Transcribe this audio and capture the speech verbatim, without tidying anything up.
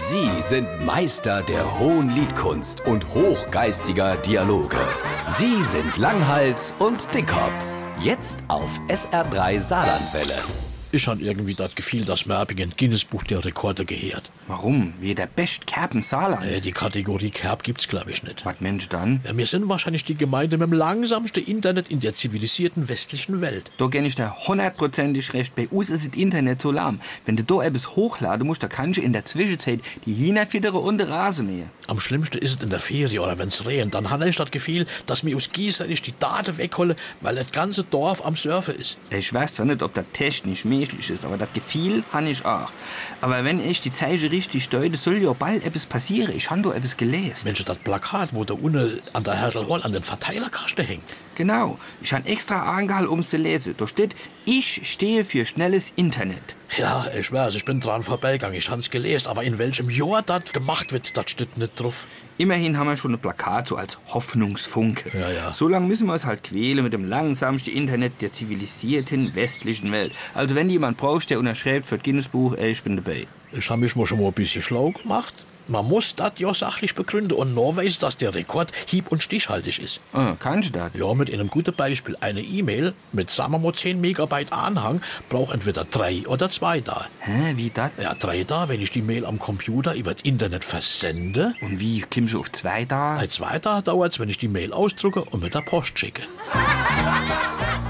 Sie sind Meister der hohen Liedkunst und hochgeistiger Dialoge. Sie sind Langhals und Dickhop. Jetzt auf S R drei Saarlandwelle. Ich han irgendwie das Gefühl, dass Merpingen Guinness-Buch der Rekorde gehört. Warum? Wie der best Kerb im Saarland? Äh, die Kategorie Kerb gibt's, glaube ich, nicht. Was Mensch dann? Ja, wir sind wahrscheinlich die Gemeinde mit dem langsamsten Internet in der zivilisierten westlichen Welt. Da kenn ich da hundertprozentig recht. Bei uns ist das Internet so lahm. Wenn du da etwas hochladen musst, da kannst du in der Zwischenzeit die Hühner füttern und den Rasen mähen. Am schlimmsten ist es in der Ferie oder wenn's regnet. Dann habe ich das Gefühl, dass mir aus Gießenig die Daten wegholen, weil das ganze Dorf am Surfen ist. Ich weiß zwar nicht, ob das technisch möglich ist, aber das Gefühl habe ich auch. Aber wenn ich die Zeichen richtig deute, soll ja bald etwas passieren. Ich habe da etwas gelesen. Mensch, das Plakat, wo da unten an der Hertelhall an den Verteilerkasten hängt. Genau. Ich habe extra angehalten, um es zu lesen. Da steht, ich stehe für schnelles Internet. Ja, ich weiß, ich bin dran vorbeigegangen, ich hab's gelesen, aber in welchem Jahr das gemacht wird, das steht nicht drauf. Immerhin haben wir schon ein Plakat so als Hoffnungsfunke. Ja, ja. So lange müssen wir uns halt quälen mit dem langsamsten Internet der zivilisierten westlichen Welt. Also wenn jemand braucht, der unterschreibt für das Guinness-Buch, ey, ich bin dabei. Ich habe mich mal schon mal ein bisschen schlau gemacht. Man muss das ja sachlich begründen und nur weiß, dass der Rekord hieb- und stichhaltig ist. Ah, kannst du das? Ja, mit einem guten Beispiel. Eine E-Mail mit, sagen wir mal, zehn Megabyte Anhang braucht entweder drei oder zwei da. Hä, wie das? Ja, drei da, wenn ich die Mail am Computer über das Internet versende. Und wie kommst du auf zwei da? Ein zwei da dauert's, wenn ich die Mail ausdrucke und mit der Post schicke.